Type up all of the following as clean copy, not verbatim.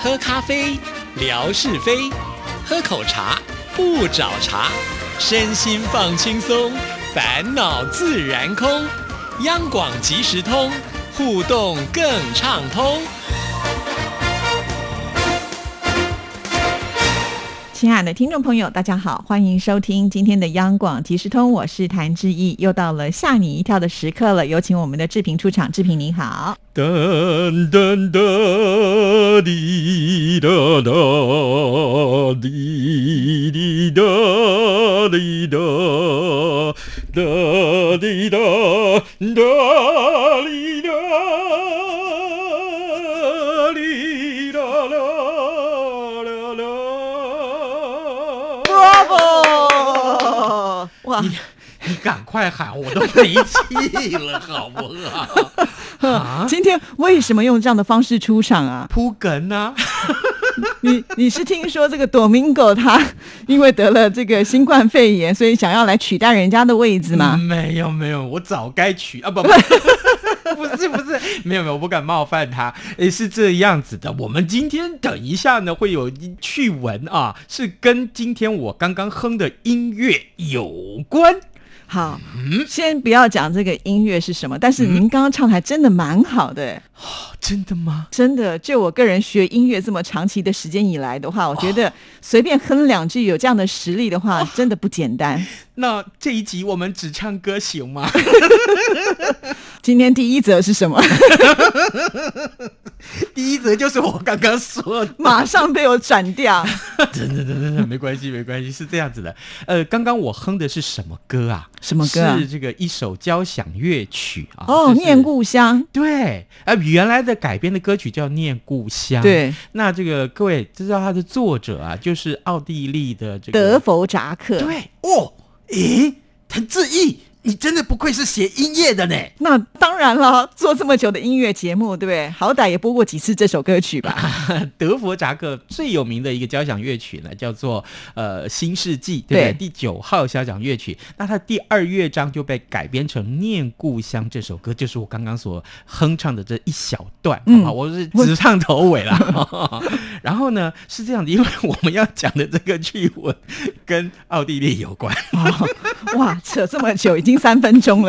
喝咖啡，聊是非；喝口茶，不找茬。身心放轻松，烦恼自然空。央广即时通，互动更畅通。 亲爱的听众朋友，大家好，欢迎收听今天的央广即时通，我是谭志毅。又到了吓你一跳的时刻了，有请我们的志平出场。志平你好。 噔噔噔滴哒哒滴滴哒滴哒哒滴哒哒滴哒滴哒啦啦啦。 Bravo！ 哇！ 你赶快喊，我都没气了，好不好？ 啊、今天为什么用这样的方式出场啊？ 铺梗啊！ 你是听说这个 Domingo 他因为得了这个新冠肺炎，所以想要来取代人家的位置吗？ 没有，我早该取啊！不，不是，没有，我不敢冒犯他。是这样子的，我们今天等一下呢会有趣闻啊，是跟今天我刚刚哼的音乐有关。 好，先不要讲这个音乐是什么，但是您刚刚唱的还真的蛮好的。 真的吗？ 真的，就我个人学音乐这么长期的时间以来的话，我觉得随便哼两句有这样的实力的话，真的不简单。 那这一集我们只唱歌行吗？ 今天第一则是什么？ 第一则就是我刚刚说的， 马上被我转掉。 真的没关系，是这样子的。刚刚我哼的是什么歌啊？ 什么歌啊？ 是这个一首交响乐曲啊。 哦，念故乡。 对，原来的改编的歌曲叫《念故乡》。 对， 那这个各位知道它的作者啊，就是奥地利的这个德弗扎克。 对哦，谭志毅，你真的不愧是写音乐的呢。 那当然了，做这么久的音乐节目，对不对？好歹也播过几次这首歌曲吧。 德弗扎克最有名的一个交响乐曲呢，叫做新世纪，对不对？第9号交响乐曲。那它第2乐章就被改编成《念故乡》这首歌，就是我刚刚所哼唱的这一小段，好不好？我是只唱头尾啦。然后呢，是这样的，因为我们要讲的这个趣闻跟奥地利有关。 哇，扯这么久，已经3分钟了。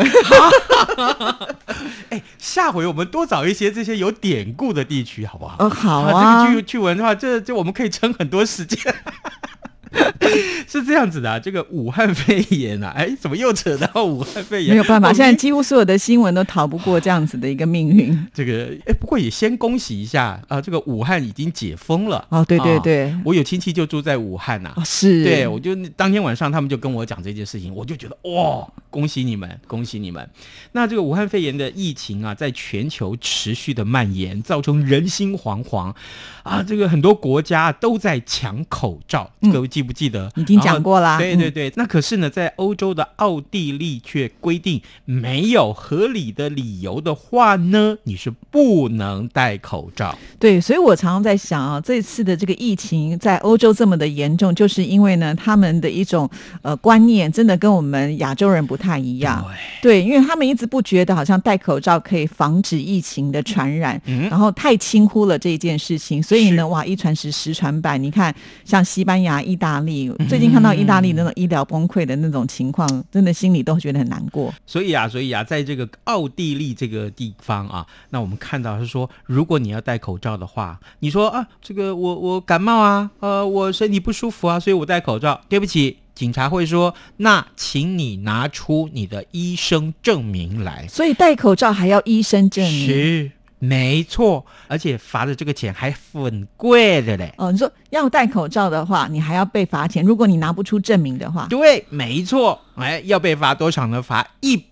下回我们多找一些这些有典故的地区，好不好？ 好啊， 这个趣闻的话，这我们可以撑很多时间。是这样子的啊，这个武汉肺炎啊，怎么又扯到武汉肺炎？ 没有办法，现在几乎所有的新闻都逃不过这样子的一个命运。 这个不过也先恭喜一下啊，这个武汉已经解封了。 哦，对对对， 我有亲戚就住在武汉呐。 是， 对，我就当天晚上他们就跟我讲这件事情，我就觉得哇，恭喜你们，恭喜你们。那这个武汉肺炎的疫情啊，在全球持续的蔓延，造成人心惶惶啊，这个很多国家都在抢口罩，各位记不记得？ 已经讲过啦。 对对对，那可是呢，在欧洲的奥地利却规定，没有合理的理由的话呢，你是不能戴口罩。 对，所以我常常在想啊，这次的这个疫情在欧洲这么的严重，就是因为呢，他们的一种观念真的跟我们亚洲人不太一样。对，因为他们一直不觉得好像戴口罩可以防止疫情的传染，然后太轻忽了这一件事情，所以呢，哇，一传十，十传百。你看，像西班牙、意大利，最近看到意大利那种医疗崩溃的那种情况，真的心里都觉得很难过。所以啊，在这个奥地利这个地方啊，那我们看到是说，如果你要戴口罩的话，你说啊，这个我感冒啊，我身体不舒服啊，所以我戴口罩。对不起，警察会说，那请你拿出你的医生证明来。 所以戴口罩还要医生证明？ 是。没错，而且罚的这个钱还很贵的嘞。 你说要戴口罩的话，你还要被罚钱，如果你拿不出证明的话。 对，没错。要被罚多少呢？罚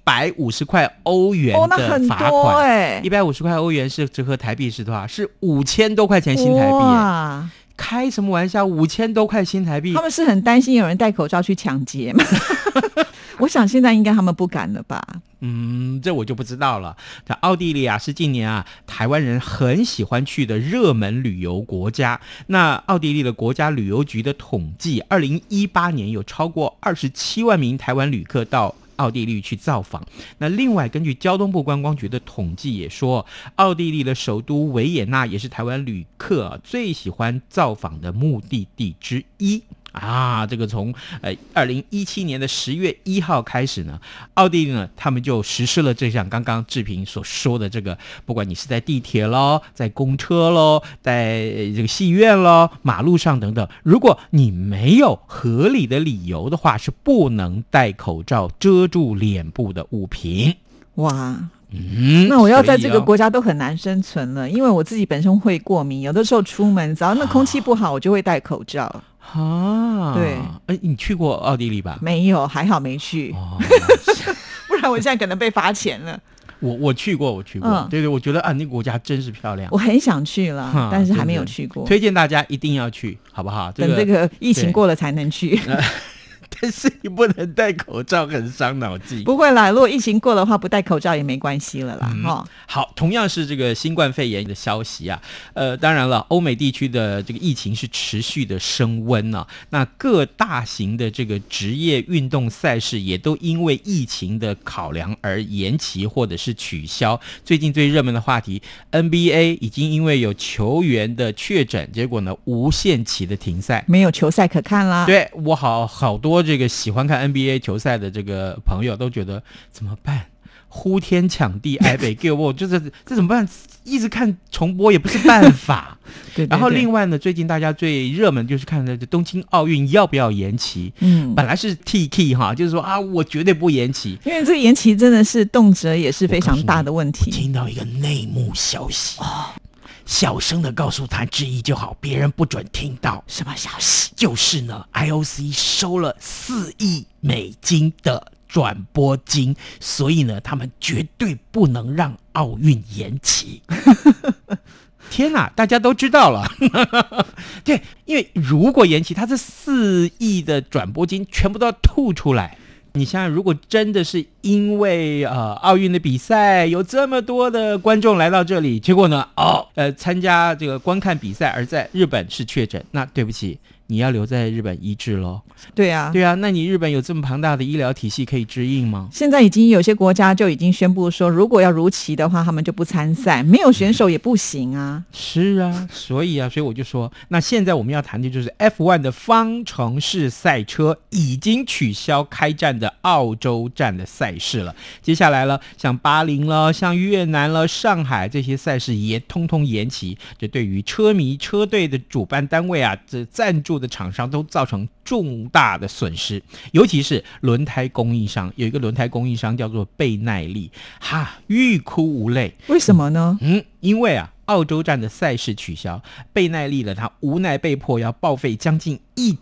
150块欧元的罚款。150块欧元是折合台币是多少？是5000多块钱新台币。哇，开什么玩笑，5000多块新台币。 他们是很担心有人戴口罩去抢劫吗？我想现在应该他们不敢了吧。 这我就不知道了。奥地利啊，是近年啊台湾人很喜欢去的热门旅游国家。那奥地利的国家旅游局的统计，2018年有超过27万名台湾旅客到奥地利去造访。那另外根据交通部观光局的统计也说，奥地利的首都维也纳也是台湾旅客最喜欢造访的目的地之一。这个从2017年的10月1号开始呢，奥地利呢他们就实施了这项刚刚志平所说的这个，不管你是在地铁咯，在公车咯，在这个戏院咯，马路上等等，如果你没有合理的理由的话，是不能戴口罩遮住脸部的物品。 哇，那我要在这个国家都很难生存了，因为我自己本身会过敏，有的时候出门只要那空气不好，我就会戴口罩。对， 你去过奥地利吧？ 没有，还好没去，不然我现在可能被罚钱了。 我去过，对，我觉得那个国家真是漂亮， 我很想去了，但是还没有去过。 推荐大家一定要去，好不好？ 等这个疫情过了才能去。 但是你不能戴口罩，很伤脑筋。 不会啦，如果疫情过的话，不戴口罩也没关系了啦。 好，同样是这个新冠肺炎的消息啊，当然了，欧美地区的这个疫情是持续的升温啊。那各大型的这个职业运动赛事也都因为疫情的考量而延期或者是取消。最近最热门的话题 ，NBA 已经因为有球员的确诊，结果呢无限期的停赛， 没有球赛可看啦。 对，我好多这个喜欢看 NBA 球赛的这个朋友都觉得怎么办？呼天抢地，挨北给我，这怎么办？一直看重播也不是办法。 对。 然后另外呢，最近大家最热门就是看的东京奥运要不要延期。本来是 TK 哈，就是说我绝对不延期， 因为这个延期真的是动辄也是非常大的问题。 我听到一个内幕消息。小声的告诉他之一就好，别人不准听到。 什么消息？ 就是呢 IOC 收了4亿美金的转播金，所以呢他们绝对不能让奥运延期。天哪，大家都知道了。对，因为如果延期，他这4亿的转播金全部都要吐出来。你想想，如果真的是因为奥运的比赛有这么多的观众来到这里，结果呢参加这个观看比赛而在日本是确诊，那对不起，你要留在日本医治咯。 对啊， 那你日本有这么庞大的医疗体系可以支应吗？ 现在已经有些国家就已经宣布说，如果要如期的话，他们就不参赛，没有选手也不行啊。 是啊，所以我就说，那现在我们要谈的就是 F1 的方程式赛车已经取消开战的澳洲站的赛事了。接下来了，像巴林了，像越南了，上海这些赛事也通通延期。这对于车迷、车队的主办单位这赞助的厂商都造成重大的损失，尤其是轮胎供应商，有一个轮胎供应商叫做倍耐力，欲哭无泪。 为什么呢？ 因为澳洲站的赛事取消，倍耐力他无奈被迫要报废将近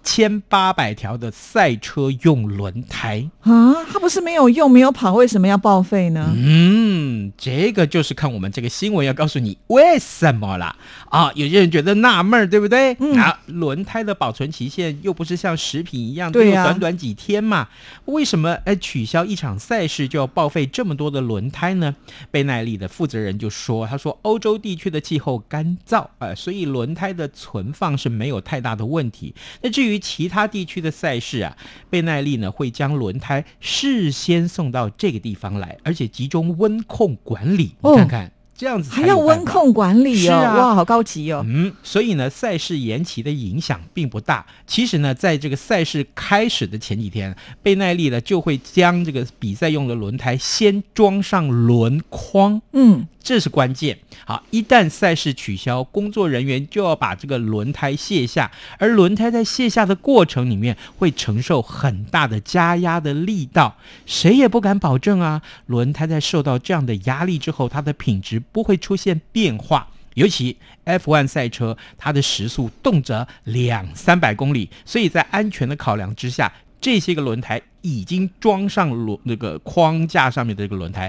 1800条的赛车用轮胎他不是没有用没有跑，为什么要报废呢？ 这个就是看我们这个新闻要告诉你为什么啦。有些人觉得纳闷，对不对？轮胎的保存期限又不是像食品一样只有短短几天嘛，为什么取消一场赛事就要报废这么多的轮胎呢？倍耐力的负责人就说，他说欧洲地区的气候干燥，所以轮胎的存放是没有太大的问题。那至于其他地区的赛事倍耐力呢会将轮胎事先送到这个地方来，而且集中温控管理。你看看这样子还要温控管理哇，好高级所以呢赛事延期的影响并不大。其实呢在这个赛事开始的前几天，倍耐力呢就会将这个比赛用的轮胎先装上轮框，这是关键。好，一旦赛事取消，工作人员就要把这个轮胎卸下，而轮胎在卸下的过程里面会承受很大的加压的力道，谁也不敢保证轮胎在受到这样的压力之后，它的品质不会出现变化。尤其 F1 赛车，它的时速动辄200-300公里，所以在安全的考量之下，这些个轮胎已经装上那个框架上面的这个轮胎，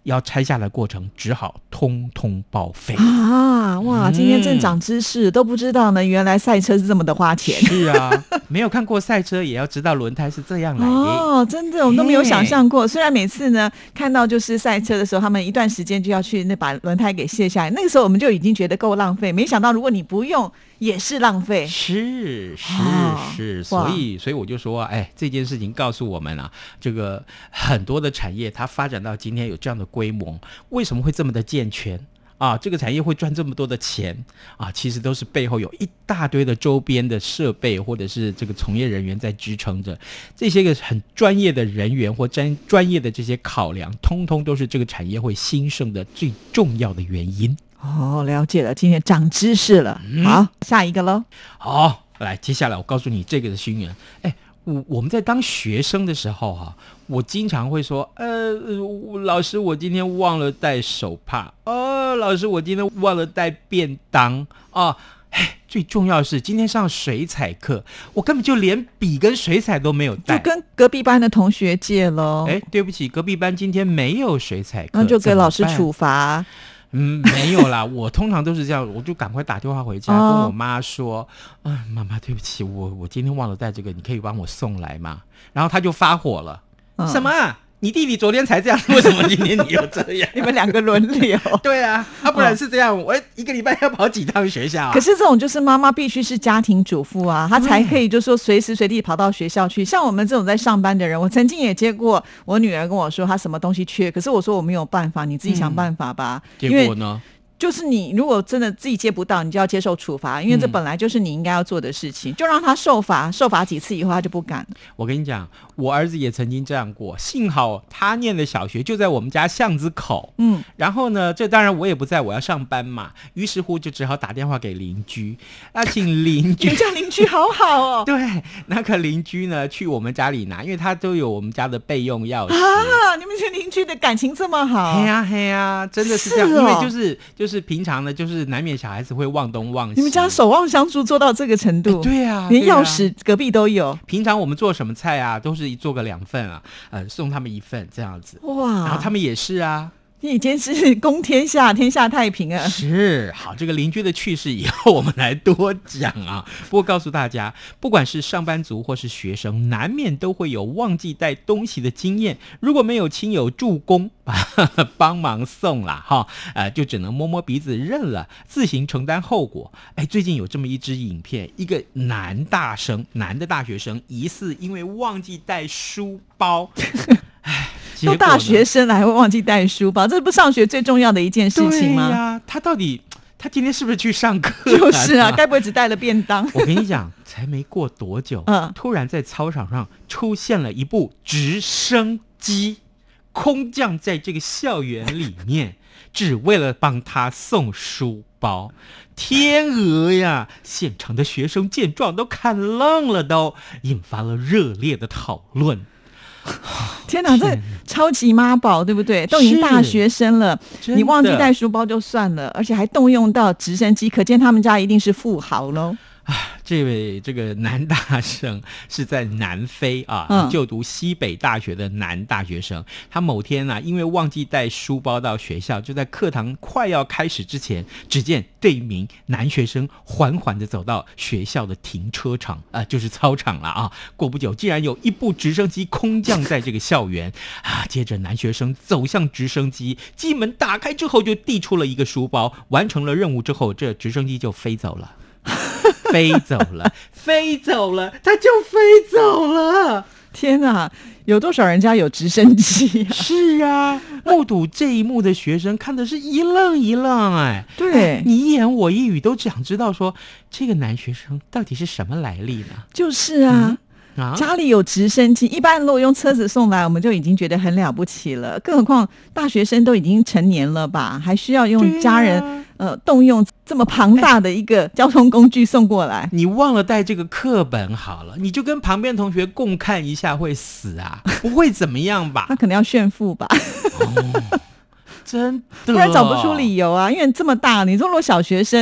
要拆下来的过程只好通通报废啊！哇，今天正长知识，都不知道呢，原来赛车是这么的花钱。 是啊，没有看过赛车也要知道轮胎是这样来的哦，真的我们都没有想象过。虽然每次呢看到就是赛车的时候，他们一段时间就要去把轮胎给卸下来，那个时候我们就已经觉得够浪费，没想到如果你不用也是浪费。 是，所以我就说，这件事情告诉我们啊，这个很多的产业它发展到今天有这样的规模，为什么会这么的健全啊？这个产业会赚这么多的钱啊，其实都是背后有一大堆的周边的设备或者是这个从业人员在支撑着，这些个很专业的人员或专业的这些考量，通通都是这个产业会兴盛的最重要的原因。 哦，了解了，今天长知识了。好，下一个咯。 好，来，接下来我告诉你这个的新闻。我们在当学生的时候哈，我经常会说，老师，我今天忘了带手帕。老师，我今天忘了带便当啊。最重要的是今天上水彩课，我根本就连笔跟水彩都没有带， 就跟隔壁班的同学借咯。 对不起，隔壁班今天没有水彩课， 那就给老师处罚。 没有啦，我通常都是这样，我就赶快打电话回家，跟我妈说，妈妈，对不起，我今天忘了带这个，你可以帮我送来吗？然后她就发火了，什么啊？你弟弟昨天才这样，为什么今天你又这样？ 你们两个轮流。 对啊，不然是这样，我一个礼拜要跑几趟学校啊。 可是这种就是妈妈必须是家庭主妇啊，她才可以就说随时随地跑到学校去。像我们这种在上班的人，我曾经也接过我女儿跟我说她什么东西缺，可是我说我没有办法，你自己想办法吧。 结果呢？ 就是你如果真的自己接不到，你就要接受处罚，因为这本来就是你应该要做的事情，就让他受罚几次以后他就不敢了。 我跟你讲，我儿子也曾经这样过，幸好他念的小学就在我们家巷子口，然后呢，这当然我也不在，我要上班嘛，于是乎就只好打电话给邻居，请邻居， 你们家邻居好好哦。 对，那个邻居呢去我们家里拿，因为他都有我们家的备用钥匙啊。你们这邻居的感情这么好？ 嘿呀，真的是这样，因为就是平常呢，就是难免小孩子会忘东忘西。 你们家守望相助做到这个程度？ 对啊， 连钥匙隔壁都有。 平常我们做什么菜啊，都是做个2份啊，送他们1份这样子。哇，然后他们也是啊。 你已经是公天下，天下太平啊！ 是，好，这个邻居的趣事以后我们来多讲啊。不过告诉大家，不管是上班族或是学生，难免都会有忘记带东西的经验。如果没有亲友助攻帮忙送啦，就只能摸摸鼻子认了，自行承担后果。最近有这么一支影片，一个男的大学生疑似因为忘记带书包。 都大学生了还会忘记带书包，这不上学最重要的一件事情吗？ 对呀，他今天是不是去上课？ 就是啊，该不会只带了便当？ 我跟你讲，才没过多久，突然在操场上出现了一部直升机，空降在这个校园里面，只为了帮他送书包。天鹅呀！现场的学生见状都看愣了，都引发了热烈的讨论。 天哪，这超级妈宝，对不对？都已经大学生了，你忘记带书包就算了，而且还动用到直升机，可见他们家一定是富豪咯。 这位这个男大生是在南非就读西北大学的男大学生，他某天因为忘记带书包到学校，就在课堂快要开始之前，只见对一名男学生缓缓地走到学校的停车场就是操场了过不久竟然有一部直升机空降在这个校园接着男学生走向直升机，机门打开之后就递出了一个书包，完成了任务之后，这直升机就飞走了。飞走了，他就飞走了！ 天哪，有多少人家有直升机是啊，目睹这一幕的学生看的是一愣一愣对， 你一言我一语都想知道说这个男学生到底是什么来历呢？ 就是啊。家里有直升机，一般如果用车子送来我们就已经觉得很了不起了，更何况大学生都已经成年了吧，还需要用家人动用这么庞大的一个交通工具送过来。 你忘了带这个课本好了，你就跟旁边同学共看一下会死不会怎么样吧？ 他可能要炫富吧真的， 不然找不出理由因为这么大，你说如果小学生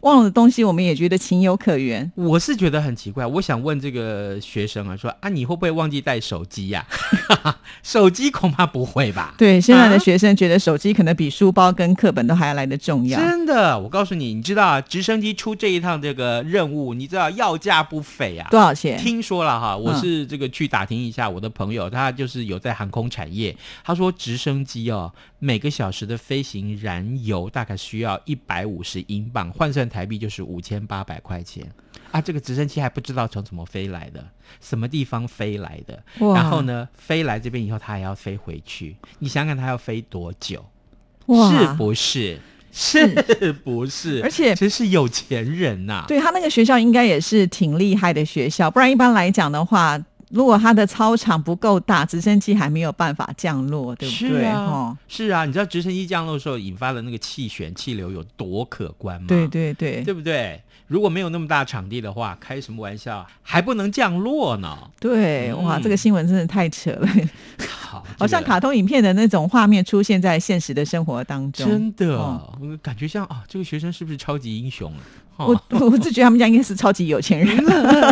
忘了的东西我们也觉得情有可原。 我是觉得很奇怪，我想问这个学生啊，说啊，你会不会忘记带手机呀？手机恐怕不会吧？ 对，现在的学生觉得手机可能比书包跟课本都还要来得重要。 真的，我告诉你，你知道啊，直升机出这一趟这个任务，你知道要价不菲啊？ 多少钱？ 听说了哈，我是这个去打听一下，我的朋友他就是有在航空产业，他说直升机哦，每个小时的飞行燃油大概需要150英镑，换算台币就是5800块钱啊！这个直升机还不知道从怎么飞来的，什么地方飞来的，然后呢，飞来这边以后，他还要飞回去，你想想他要飞多久？是不是？是不是？ 而且真是有钱人呐！ 对，他那个学校应该也是挺厉害的学校，不然一般来讲的话，如果他的操场不够大，直升机还没有办法降落，对不对？ 是啊，是啊，你知道直升机降落的时候引发的那个气旋、气流有多可观吗？ 对对对， 对不对？如果没有那么大场地的话，开什么玩笑，还不能降落呢？ 对，哇，这个新闻真的太扯了。好像这个卡通影片的那种画面出现在现实的生活当中， 真的，我感觉像啊，这个学生是不是超级英雄？ 我是觉得他们家应该是超级有钱人。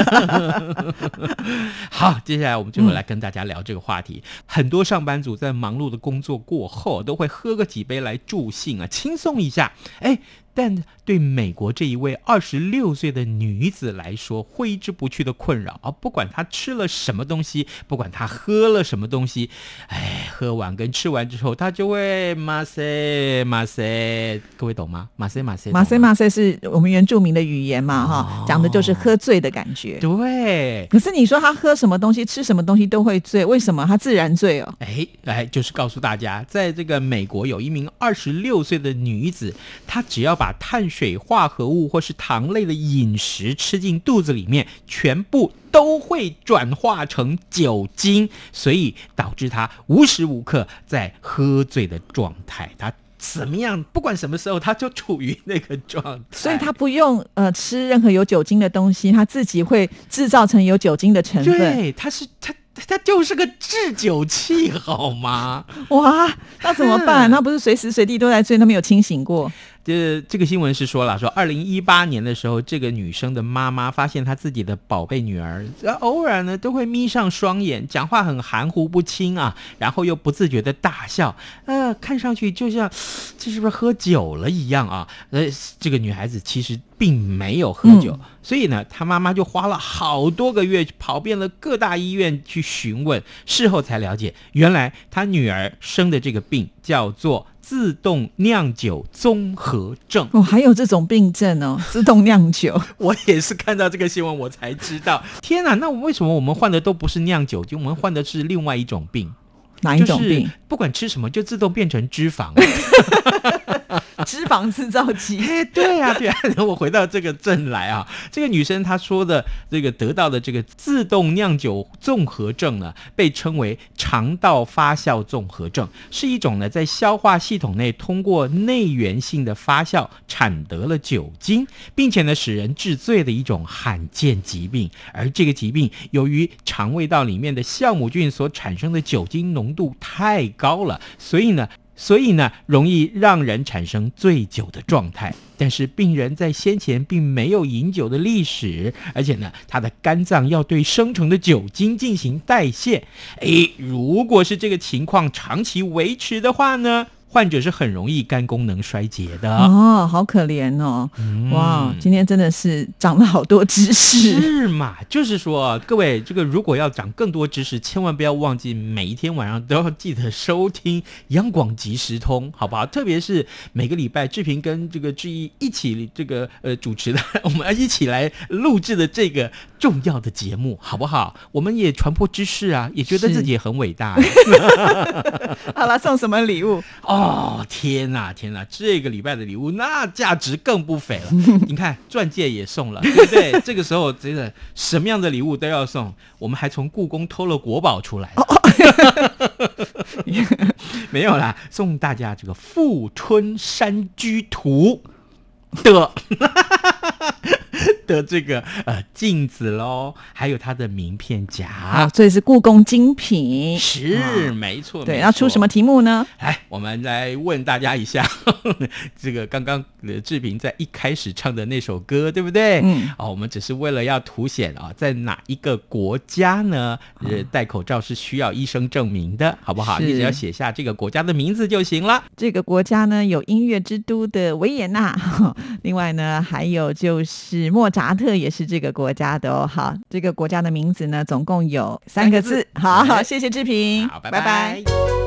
好，接下来我们就来跟大家聊这个话题。很多上班族在忙碌的工作过后，都会喝个几杯来助兴啊，轻松一下。但对美国这一位26岁的女子来说，挥之不去的困扰啊！不管她吃了什么东西，不管她喝了什么东西，喝完跟吃完之后，她就会马塞马塞，各位懂吗？马塞马塞， 马塞马塞是我们原住民的语言嘛，哈，讲的就是喝醉的感觉。 对。 可是你说她喝什么东西、吃什么东西都会醉，为什么？她自然醉哦。 就是告诉大家，在这个美国有一名26岁的女子，她只要把碳水化合物或是糖类的饮食吃进肚子里面，全部都会转化成酒精，所以导致她无时无刻在喝醉的状态。她怎么样，不管什么时候她就处于那个状态， 所以她不用吃任何有酒精的东西，她自己会制造成有酒精的成分。 对，它就是个制酒器，好吗？ 哇，那怎么办？那不是随时随地都在醉，都没有清醒过？ 这个新闻是说2018年的时候，这个女生的妈妈发现她自己的宝贝女儿偶尔呢都会眯上双眼，讲话很含糊不清啊，然后又不自觉的大笑，看上去就像这是不是喝酒了一样啊？这个女孩子其实并没有喝酒，所以呢，她妈妈就花了好多个月跑遍了各大医院去询问，事后才了解，原来她女儿生的这个病叫做自动酿酒综合症。 还有这种病症哦，自动酿酒。 我也是看到这个新闻我才知道，天哪，那为什么我们患的都不是酿酒，就我们患的是另外一种病？ 哪一种病？ 就是不管吃什么就自动变成脂肪。 脂肪制造机。 对啊。我回到这个症来啊，这个女生她说的这个得到的这个自动酿酒综合症呢，被称为肠道发酵综合症，是一种呢在消化系统内通过内源性的发酵产得了酒精，并且呢使人致醉的一种罕见疾病。而这个疾病由于肠胃道里面的酵母菌所产生的酒精浓度太高了，所以呢容易让人产生醉酒的状态。但是病人在先前并没有饮酒的历史，而且呢他的肝脏要对生成的酒精进行代谢。如果是这个情况长期维持的话呢，患者是很容易肝功能衰竭的。 好可怜哦。哇，今天真的是长了好多知识。 是嘛，就是说各位，这个如果要长更多知识，千万不要忘记每一天晚上都要记得收听央广即时通，好不好？特别是每个礼拜志平跟这个志毅一起这个主持的，我们一起来录制的这个重要的节目，好不好？我们也传播知识啊，也觉得自己也很伟大。 好了，送什么礼物？ 天哪，这个礼拜的礼物那价值更不菲了。你看钻戒也送了，对不对？这个时候真的什么样的礼物都要送，我们还从故宫偷了国宝出来。没有啦，送大家这个富春山居图的这个镜子咯，还有它的名片夹。 所以是故宫精品。 是，没错。 对，要出什么题目呢？ 来，我们来问大家一下，这个刚刚志平在一开始唱的那首歌，对不对？我们只是为了要凸显在哪一个国家呢？戴口罩是需要医生证明的，好不好？你只要写下这个国家的名字就行了。 这个国家呢，有音乐之都的维也纳，另外呢，还有就是莫扎特也是这个国家的哦。好，这个国家的名字呢，总共有3个字。好，谢谢志平， 好，拜拜。